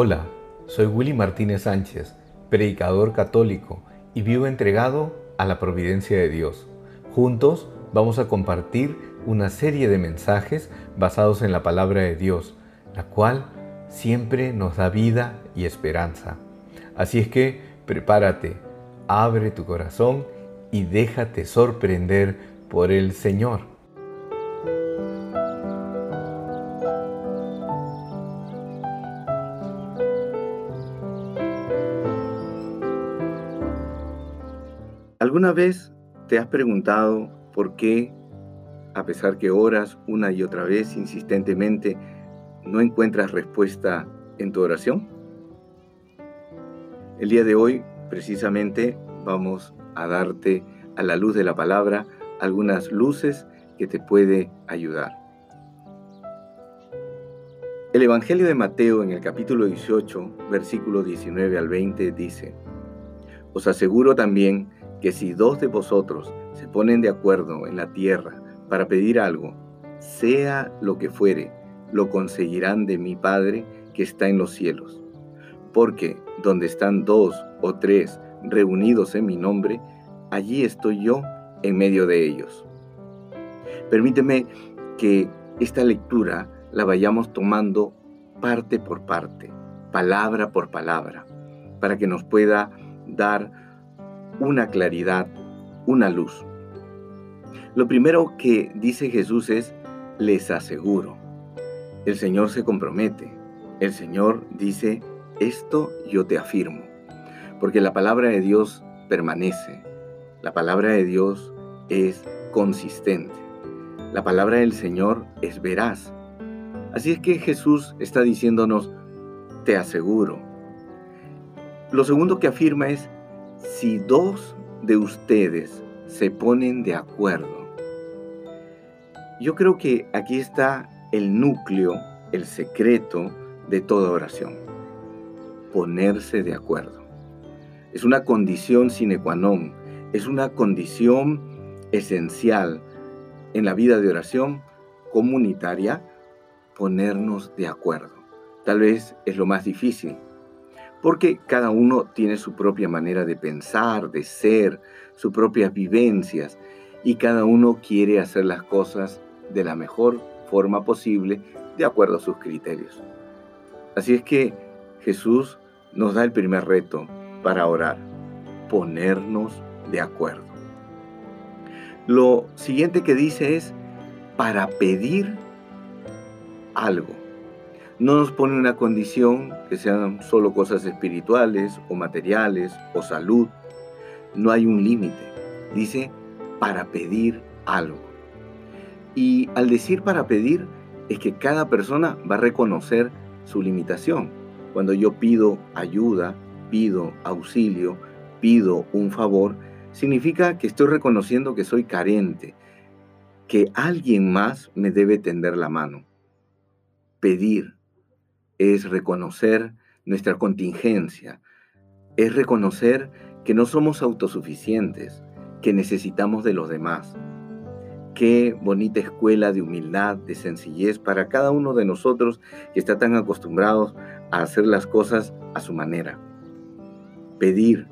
Hola, soy Willy Martínez Sánchez, predicador católico y vivo entregado a la providencia de Dios. Juntos vamos a compartir una serie de mensajes basados en la palabra de Dios, la cual siempre nos da vida y esperanza. Así es que prepárate, abre tu corazón y déjate sorprender por el Señor. ¿Alguna vez te has preguntado por qué, a pesar que oras una y otra vez insistentemente, no encuentras respuesta en tu oración? El día de hoy, precisamente, vamos a darte a la luz de la palabra algunas luces que te puede ayudar. El Evangelio de Mateo en el capítulo 18, versículo 19 al 20 dice: Os aseguro también que si 2 de vosotros se ponen de acuerdo en la tierra para pedir algo, sea lo que fuere, lo conseguirán de mi Padre que está en los cielos. Porque donde están 2 o 3 reunidos en mi nombre, allí estoy yo en medio de ellos. Permíteme que esta lectura la vayamos tomando parte por parte, palabra por palabra, para que nos pueda dar una claridad, una luz. Lo primero que dice Jesús es: les aseguro. El Señor se compromete. El Señor dice: esto yo te afirmo. Porque la palabra de Dios permanece. La palabra de Dios es consistente. La palabra del Señor es veraz. Así es que Jesús está diciéndonos: te aseguro. Lo segundo que afirma es: si 2 de ustedes se ponen de acuerdo. Yo creo que aquí está el núcleo, el secreto de toda oración. Ponerse de acuerdo. Es una condición sine qua non, es una condición esencial en la vida de oración comunitaria, ponernos de acuerdo. Tal vez es lo más difícil, porque cada uno tiene su propia manera de pensar, de ser, sus propias vivencias, y cada uno quiere hacer las cosas de la mejor forma posible, de acuerdo a sus criterios. Así es que Jesús nos da el primer reto para orar: ponernos de acuerdo. Lo siguiente que dice es: para pedir algo. No nos pone una condición que sean solo cosas espirituales o materiales o salud. No hay un límite. Dice para pedir algo. Y al decir para pedir, es que cada persona va a reconocer su limitación. Cuando yo pido ayuda, pido auxilio, pido un favor, significa que estoy reconociendo que soy carente, que alguien más me debe tender la mano. Pedir es reconocer nuestra contingencia, es reconocer que no somos autosuficientes, que necesitamos de los demás. Qué bonita escuela de humildad, de sencillez para cada uno de nosotros que está tan acostumbrados a hacer las cosas a su manera. Pedir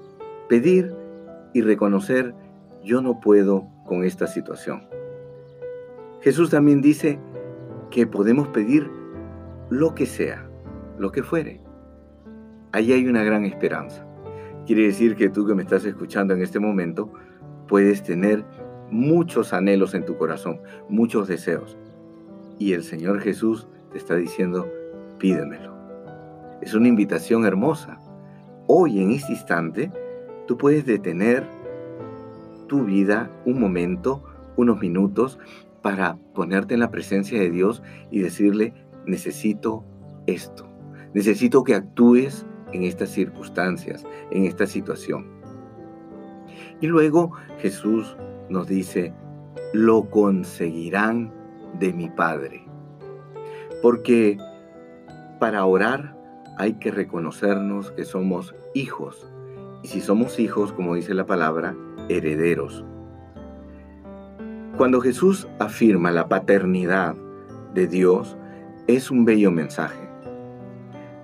y reconocer: yo no puedo con esta situación. Jesús también dice que podemos pedir lo que sea, lo que fuere. Ahí hay una gran esperanza. Quiere decir que tú que me estás escuchando en este momento, puedes tener muchos anhelos en tu corazón, muchos deseos. Y el Señor Jesús te está diciendo: pídemelo. Es una invitación hermosa. Hoy, en este instante, tú puedes detener tu vida un momento, unos minutos, para ponerte en la presencia de Dios y decirle: necesito esto. Necesito que actúes en estas circunstancias, en esta situación. Y luego Jesús nos dice: lo conseguirán de mi Padre. Porque para orar hay que reconocernos que somos hijos. Y si somos hijos, como dice la palabra, herederos. Cuando Jesús afirma la paternidad de Dios, es un bello mensaje.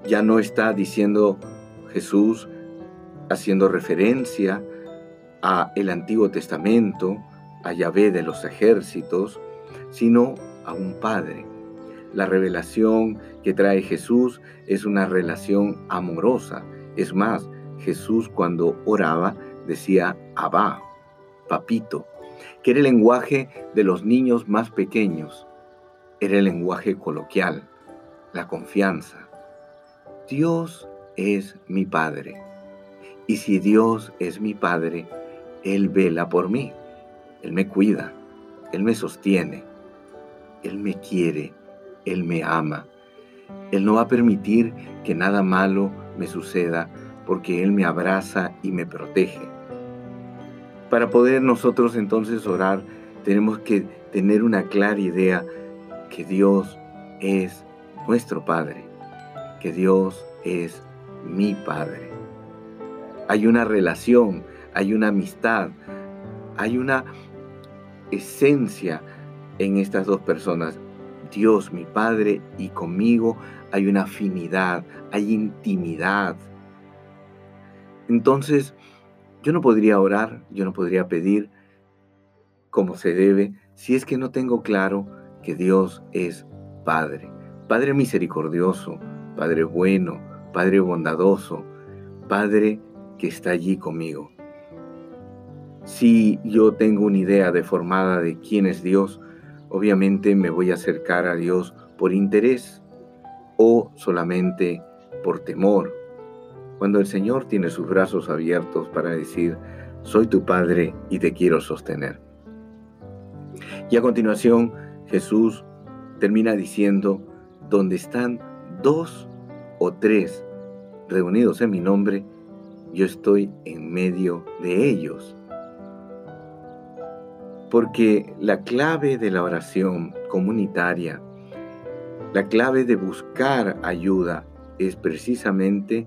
Ya no está diciendo Jesús, haciendo referencia a el Antiguo Testamento, a Yahvé de los ejércitos, sino a un Padre. La revelación que trae Jesús es una relación amorosa. Es más, Jesús cuando oraba decía Abba, papito, que era el lenguaje de los niños más pequeños. Era el lenguaje coloquial, la confianza. Dios es mi Padre. Y si Dios es mi Padre, Él vela por mí. Él me cuida, Él me sostiene, Él me quiere, Él me ama. Él no va a permitir que nada malo me suceda porque Él me abraza y me protege. Para poder nosotros entonces orar, tenemos que tener una clara idea que Dios es nuestro Padre, que Dios es mi Padre. Hay una relación, hay una amistad, hay una esencia en estas dos personas. Dios, mi Padre, y conmigo hay una afinidad, hay intimidad. Entonces, yo no podría orar, yo no podría pedir como se debe si es que no tengo claro que Dios es Padre. Padre misericordioso, Padre bueno, Padre bondadoso, Padre que está allí conmigo. Si yo tengo una idea deformada de quién es Dios, obviamente me voy a acercar a Dios por interés o solamente por temor. Cuando el Señor tiene sus brazos abiertos para decir, soy tu Padre y te quiero sostener. Y a continuación, Jesús termina diciendo, donde están 2 o 3 reunidos en mi nombre, yo estoy en medio de ellos. Porque la clave de la oración comunitaria, la clave de buscar ayuda es precisamente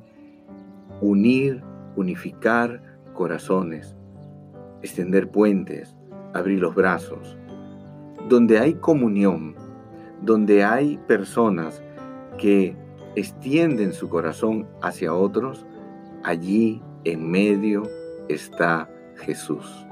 unificar corazones, extender puentes, abrir los brazos. Donde hay comunión, donde hay personas que extienden su corazón hacia otros, allí en medio está Jesús.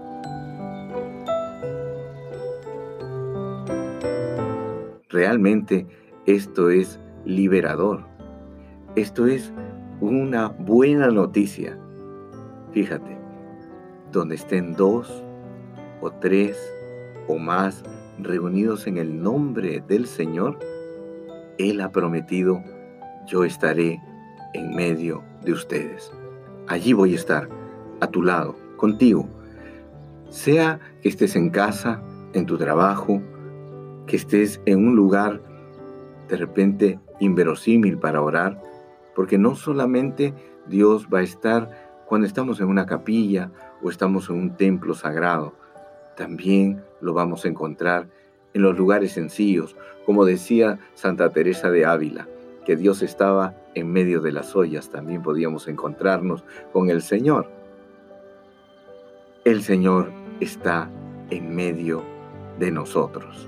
Realmente esto es liberador. Esto es una buena noticia. Fíjate, donde estén 2 o 3 o más reunidos en el nombre del Señor, Él ha prometido, yo estaré en medio de ustedes. Allí voy a estar, a tu lado, contigo. Sea que estés en casa, en tu trabajo, que estés en un lugar de repente inverosímil para orar, porque no solamente Dios va a estar cuando estamos en una capilla o estamos en un templo sagrado, también lo vamos a encontrar en los lugares sencillos, como decía Santa Teresa de Ávila, que Dios estaba en medio de las ollas, también podíamos encontrarnos con el Señor. El Señor está en medio de nosotros.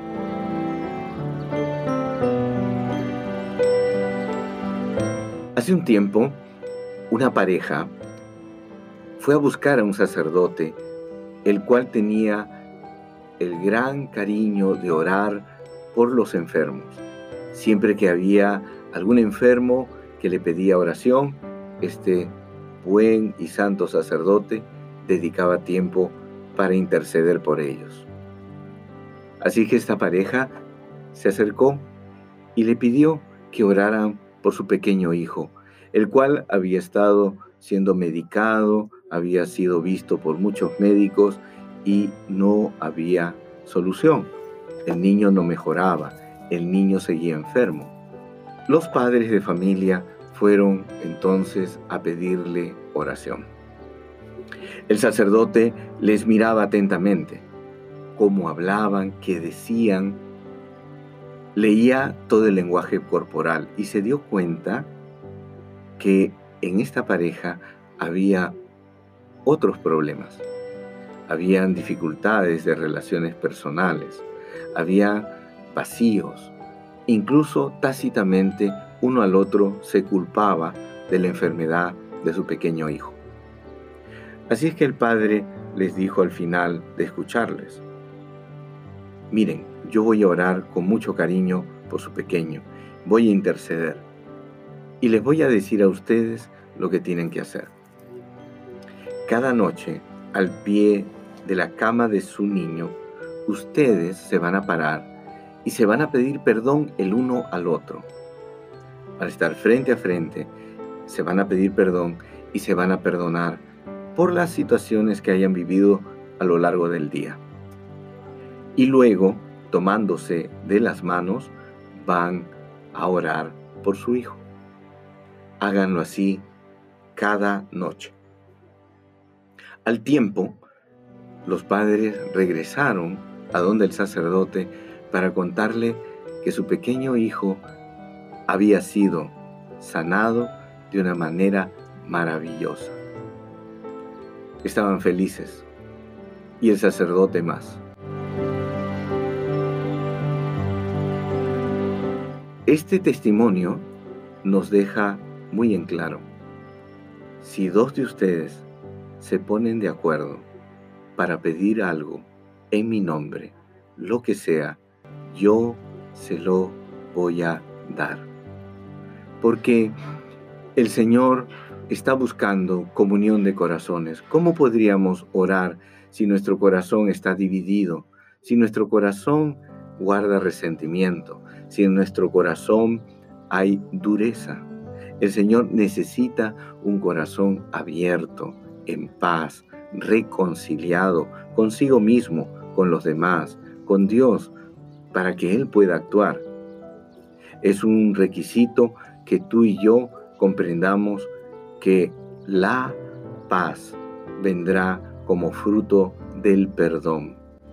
Hace un tiempo, una pareja fue a buscar a un sacerdote, el cual tenía el gran cariño de orar por los enfermos. Siempre que había algún enfermo que le pedía oración, este buen y santo sacerdote dedicaba tiempo para interceder por ellos. Así que esta pareja se acercó y le pidió que oraran por su pequeño hijo, el cual había estado siendo medicado, había sido visto por muchos médicos y no había solución. El niño no mejoraba, el niño seguía enfermo. Los padres de familia fueron entonces a pedirle oración. El sacerdote les miraba atentamente, cómo hablaban, qué decían. Leía todo el lenguaje corporal y se dio cuenta que en esta pareja había otros problemas. Habían dificultades de relaciones personales, había vacíos. Incluso tácitamente uno al otro se culpaba de la enfermedad de su pequeño hijo. Así es que el padre les dijo al final de escucharles: miren, yo voy a orar con mucho cariño por su pequeño, voy a interceder y les voy a decir a ustedes lo que tienen que hacer. Cada noche, al pie de la cama de su niño, ustedes se van a parar y se van a pedir perdón el uno al otro. Al estar frente a frente, se van a pedir perdón y se van a perdonar por las situaciones que hayan vivido a lo largo del día. Y luego, tomándose de las manos, van a orar por su hijo. Háganlo así cada noche. Al tiempo, los padres regresaron a donde el sacerdote para contarle que su pequeño hijo había sido sanado de una manera maravillosa. Estaban felices, y el sacerdote más. Este testimonio nos deja muy en claro: si dos de ustedes se ponen de acuerdo para pedir algo en mi nombre, lo que sea, yo se lo voy a dar. Porque el Señor está buscando comunión de corazones. ¿Cómo podríamos orar si nuestro corazón está dividido? Si nuestro corazón guarda resentimiento, si en nuestro corazón hay dureza. El Señor necesita un corazón abierto, en paz, reconciliado consigo mismo, con los demás, con Dios, para que Él pueda actuar. Es un requisito que tú y yo comprendamos que la paz vendrá como fruto del perdón.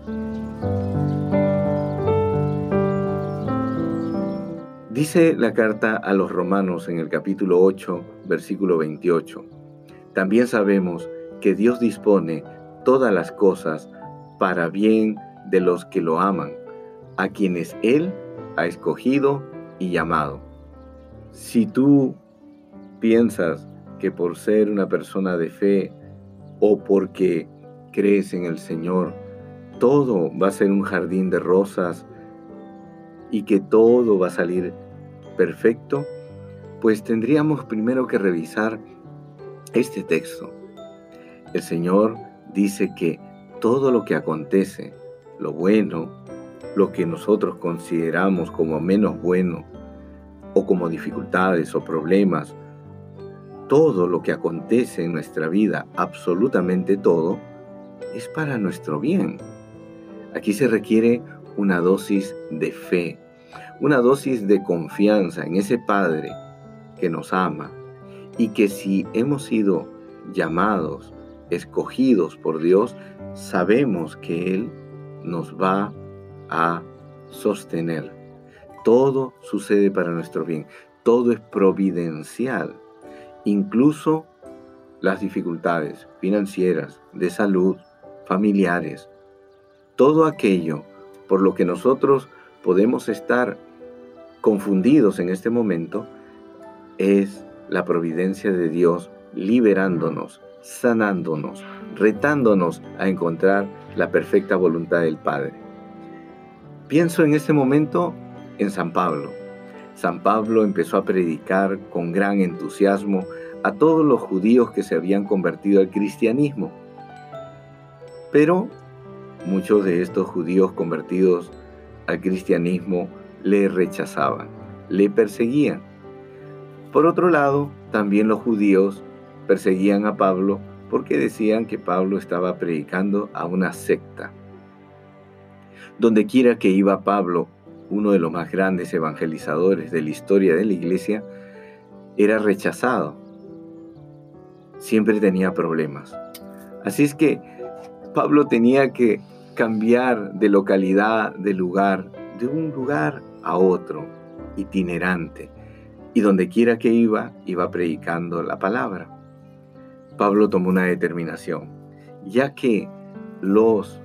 Dice la carta a los Romanos en el capítulo 8, versículo 28. También sabemos que Dios dispone todas las cosas para bien de los que lo aman, a quienes Él ha escogido y llamado. Si tú piensas que por ser una persona de fe o porque crees en el Señor, todo va a ser un jardín de rosas y que todo va a salir perfecto, pues tendríamos primero que revisar este texto. El Señor dice que todo lo que acontece, lo bueno, lo que nosotros consideramos como menos bueno, o como dificultades o problemas, todo lo que acontece en nuestra vida, absolutamente todo, es para nuestro bien. Aquí se requiere una dosis de fe, una dosis de confianza en ese Padre que nos ama y que si hemos sido llamados, escogidos por Dios, sabemos que Él nos va a sostener. Todo sucede para nuestro bien, todo es providencial, incluso las dificultades financieras, de salud, familiares, todo aquello por lo que nosotros podemos estar confundidos en este momento, es la providencia de Dios liberándonos, sanándonos, retándonos a encontrar la perfecta voluntad del Padre. Pienso en este momento en San Pablo. San Pablo empezó a predicar con gran entusiasmo a todos los judíos que se habían convertido al cristianismo. Pero muchos de estos judíos convertidos al cristianismo le rechazaban, le perseguían. Por otro lado, también los judíos perseguían a Pablo porque decían que Pablo estaba predicando a una secta. Donde quiera que iba Pablo, uno de los más grandes evangelizadores de la historia de la iglesia, era rechazado. Siempre tenía problemas. Así es que Pablo tenía que cambiar de localidad, de lugar, de un lugar a otro, itinerante. Y donde quiera que iba predicando la palabra. Pablo tomó una determinación, ya que los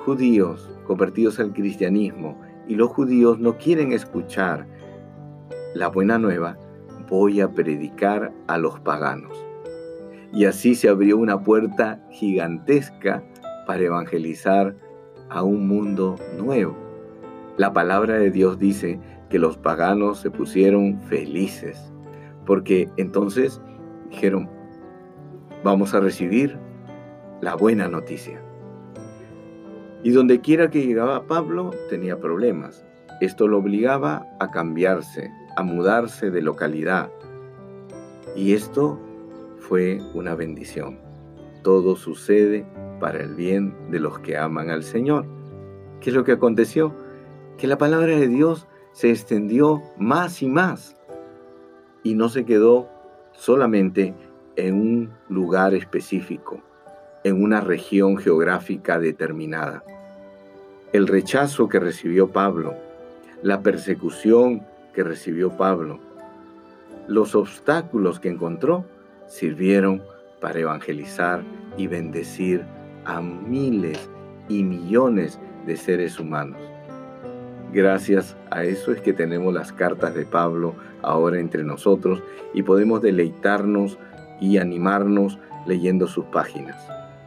judíos convertidos al cristianismo y los judíos no quieren escuchar la buena nueva, voy a predicar a los paganos. Y así se abrió una puerta gigantesca para evangelizar a un mundo nuevo. La palabra de Dios dice que los paganos se pusieron felices, porque entonces dijeron, vamos a recibir la buena noticia. Y donde quiera que llegaba Pablo, tenía problemas. Esto lo obligaba a cambiarse, a mudarse de localidad. Y esto fue una bendición. Todo sucede para el bien de los que aman al Señor. ¿Qué es lo que aconteció? Que la palabra de Dios se extendió más y más y no se quedó solamente en un lugar específico, en una región geográfica determinada. El rechazo que recibió Pablo, la persecución que recibió Pablo, los obstáculos que encontró sirvieron para evangelizar y bendecir a miles y millones de seres humanos. Gracias a eso es que tenemos las cartas de Pablo ahora entre nosotros y podemos deleitarnos y animarnos leyendo sus páginas.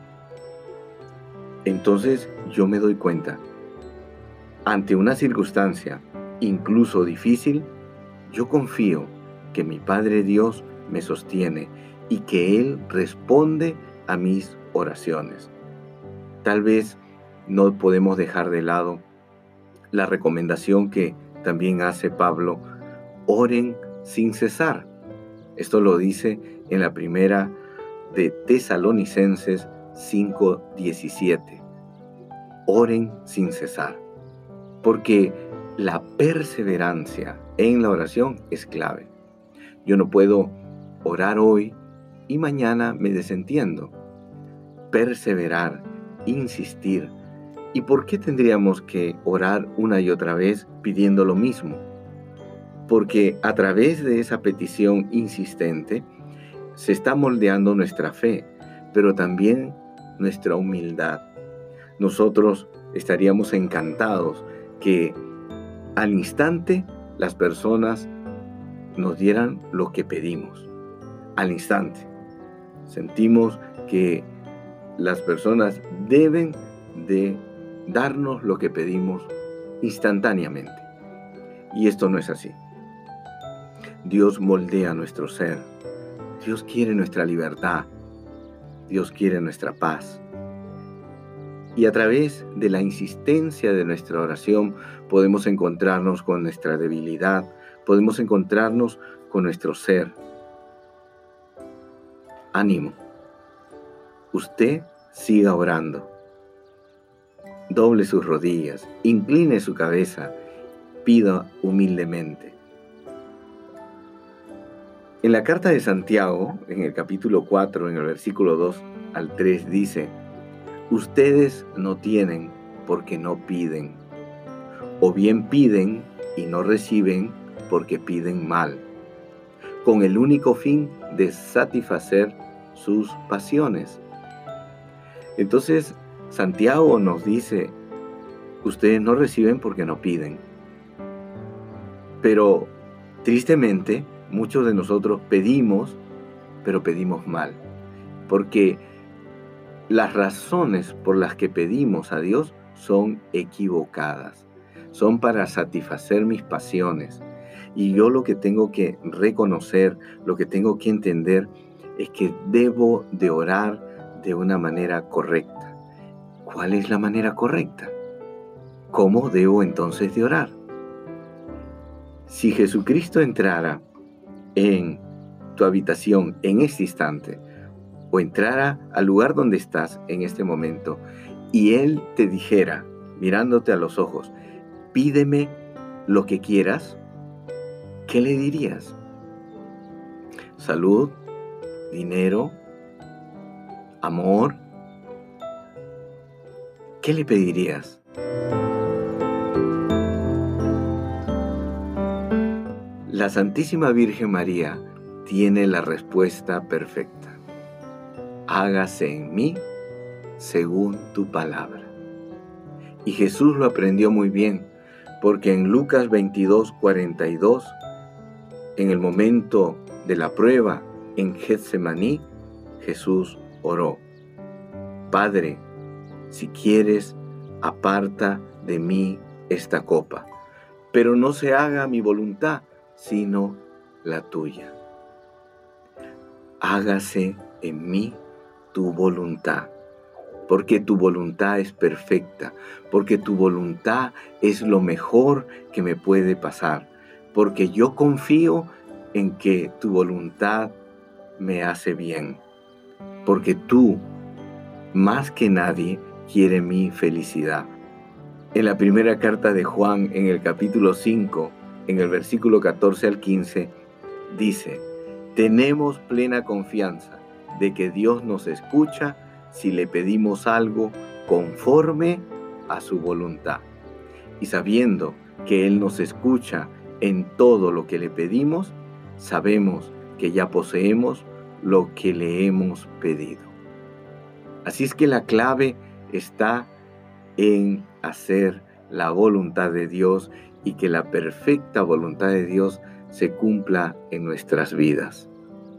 Entonces yo me doy cuenta, ante una circunstancia incluso difícil, yo confío que mi Padre Dios me sostiene y que Él responde a mis oraciones. Tal vez no podemos dejar de lado la recomendación que también hace Pablo, oren sin cesar. Esto lo dice en la primera de Tesalonicenses 5:17. Oren sin cesar, porque la perseverancia en la oración es clave. Yo no puedo orar hoy y mañana me desentiendo. Perseverar, insistir. ¿Y por qué tendríamos que orar una y otra vez pidiendo lo mismo? Porque a través de esa petición insistente se está moldeando nuestra fe, pero también nuestra humildad. Nosotros estaríamos encantados que al instante las personas nos dieran lo que pedimos. Al instante. Sentimos que las personas deben de darnos lo que pedimos instantáneamente. Y esto no es así. Dios moldea nuestro ser. Dios quiere nuestra libertad. Dios quiere nuestra paz. Y a través de la insistencia de nuestra oración podemos encontrarnos con nuestra debilidad, podemos encontrarnos con nuestro ser. Ánimo. Usted siga orando. Doble sus rodillas, incline su cabeza, pida humildemente. En la carta de Santiago, en el capítulo 4, en el versículo 2 al 3, dice, ustedes no tienen porque no piden, o bien piden y no reciben porque piden mal, con el único fin de satisfacer sus pasiones. Entonces, Santiago nos dice, ustedes no reciben porque no piden. Pero, tristemente, muchos de nosotros pedimos, pero pedimos mal. Porque las razones por las que pedimos a Dios son equivocadas. Son para satisfacer mis pasiones. Y yo lo que tengo que reconocer, lo que tengo que entender, es que debo de orar de una manera correcta. ¿Cuál es la manera correcta? ¿Cómo debo entonces de orar? Si Jesucristo entrara en tu habitación en este instante, o entrara al lugar donde estás en este momento, y Él te dijera, mirándote a los ojos, pídeme lo que quieras, ¿qué le dirías? ¿Salud? ¿Dinero? ¿Amor? ¿Qué le pedirías? La Santísima Virgen María tiene la respuesta perfecta. Hágase en mí según tu palabra. Y Jesús lo aprendió muy bien, porque en Lucas 22:42 En el momento de la prueba en Getsemaní, Jesús oró: Padre, si quieres, aparta de mí esta copa, pero no se haga mi voluntad, sino la tuya. Hágase en mí tu voluntad, porque tu voluntad es perfecta, porque tu voluntad es lo mejor que me puede pasar, porque yo confío en que tu voluntad me hace bien, porque tú, más que nadie, quieres mi felicidad. En la primera carta de Juan, en el capítulo 5, en el versículo 14 al 15, dice: tenemos plena confianza de que Dios nos escucha si le pedimos algo conforme a su voluntad. Y sabiendo que Él nos escucha en todo lo que le pedimos, sabemos que ya poseemos lo que le hemos pedido. Así es que la clave está en hacer la voluntad de Dios y que la perfecta voluntad de Dios se cumpla en nuestras vidas.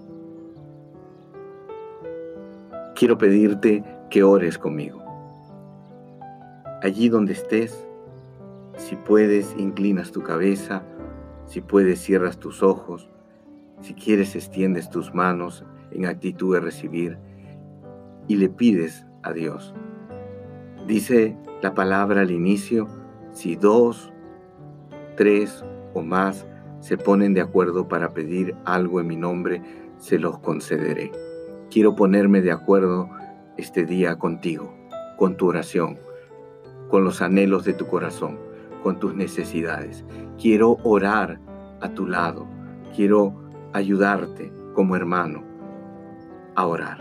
Quiero pedirte que ores conmigo. Allí donde estés, si puedes, inclinas tu cabeza, si puedes, cierras tus ojos, si quieres, extiendes tus manos en actitud de recibir y le pides a Dios. Dice la palabra al inicio: si 2, 3 o más se ponen de acuerdo para pedir algo en mi nombre, se los concederé. Quiero ponerme de acuerdo este día contigo, con tu oración, con los anhelos de tu corazón, con tus necesidades. Quiero orar a tu lado. Quiero ayudarte como hermano a orar.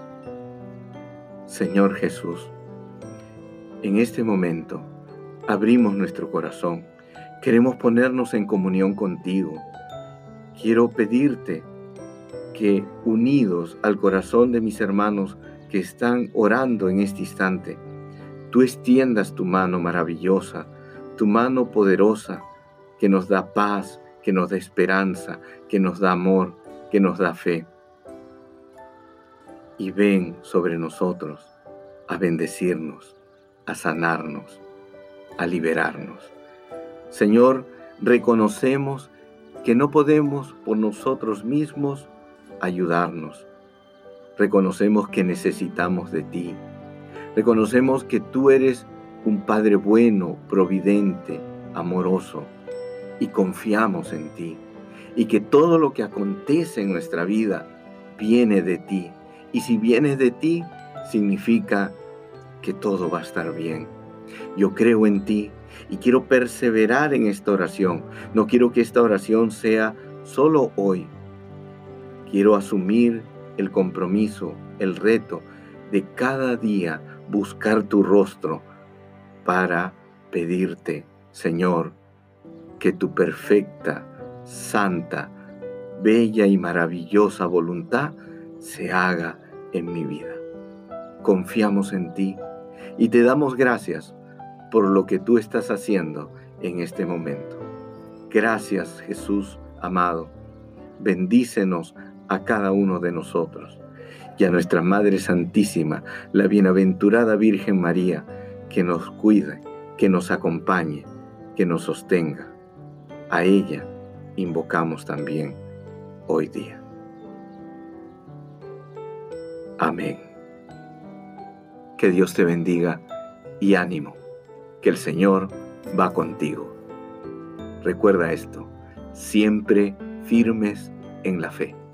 Señor Jesús, en este momento abrimos nuestro corazón. Queremos ponernos en comunión contigo. Quiero pedirte que, unidos al corazón de mis hermanos que están orando en este instante, tú extiendas tu mano maravillosa, tu mano poderosa, que nos da paz, que nos da esperanza, que nos da amor, que nos da fe. Y ven sobre nosotros a bendecirnos, a sanarnos, a liberarnos. Señor, reconocemos que no podemos por nosotros mismos ayudarnos. Reconocemos que necesitamos de ti. Reconocemos que tú eres un Padre bueno, providente, amoroso, y confiamos en ti. Y que todo lo que acontece en nuestra vida viene de ti. Y si viene de ti, significa que todo va a estar bien. Yo creo en ti y quiero perseverar en esta oración. No quiero que esta oración sea solo hoy. Quiero asumir el compromiso, el reto de cada día buscar tu rostro para pedirte, Señor, que tu perfecta, santa, bella y maravillosa voluntad se haga en mi vida. Confiamos en ti y te damos gracias por lo que tú estás haciendo en este momento. Gracias, Jesús amado. Bendícenos a cada uno de nosotros y a nuestra Madre Santísima, la bienaventurada Virgen María, que nos cuide, que nos acompañe, que nos sostenga. A ella invocamos también hoy día. Amén. Que Dios te bendiga y ánimo, que el Señor va contigo. Recuerda esto: siempre firmes en la fe.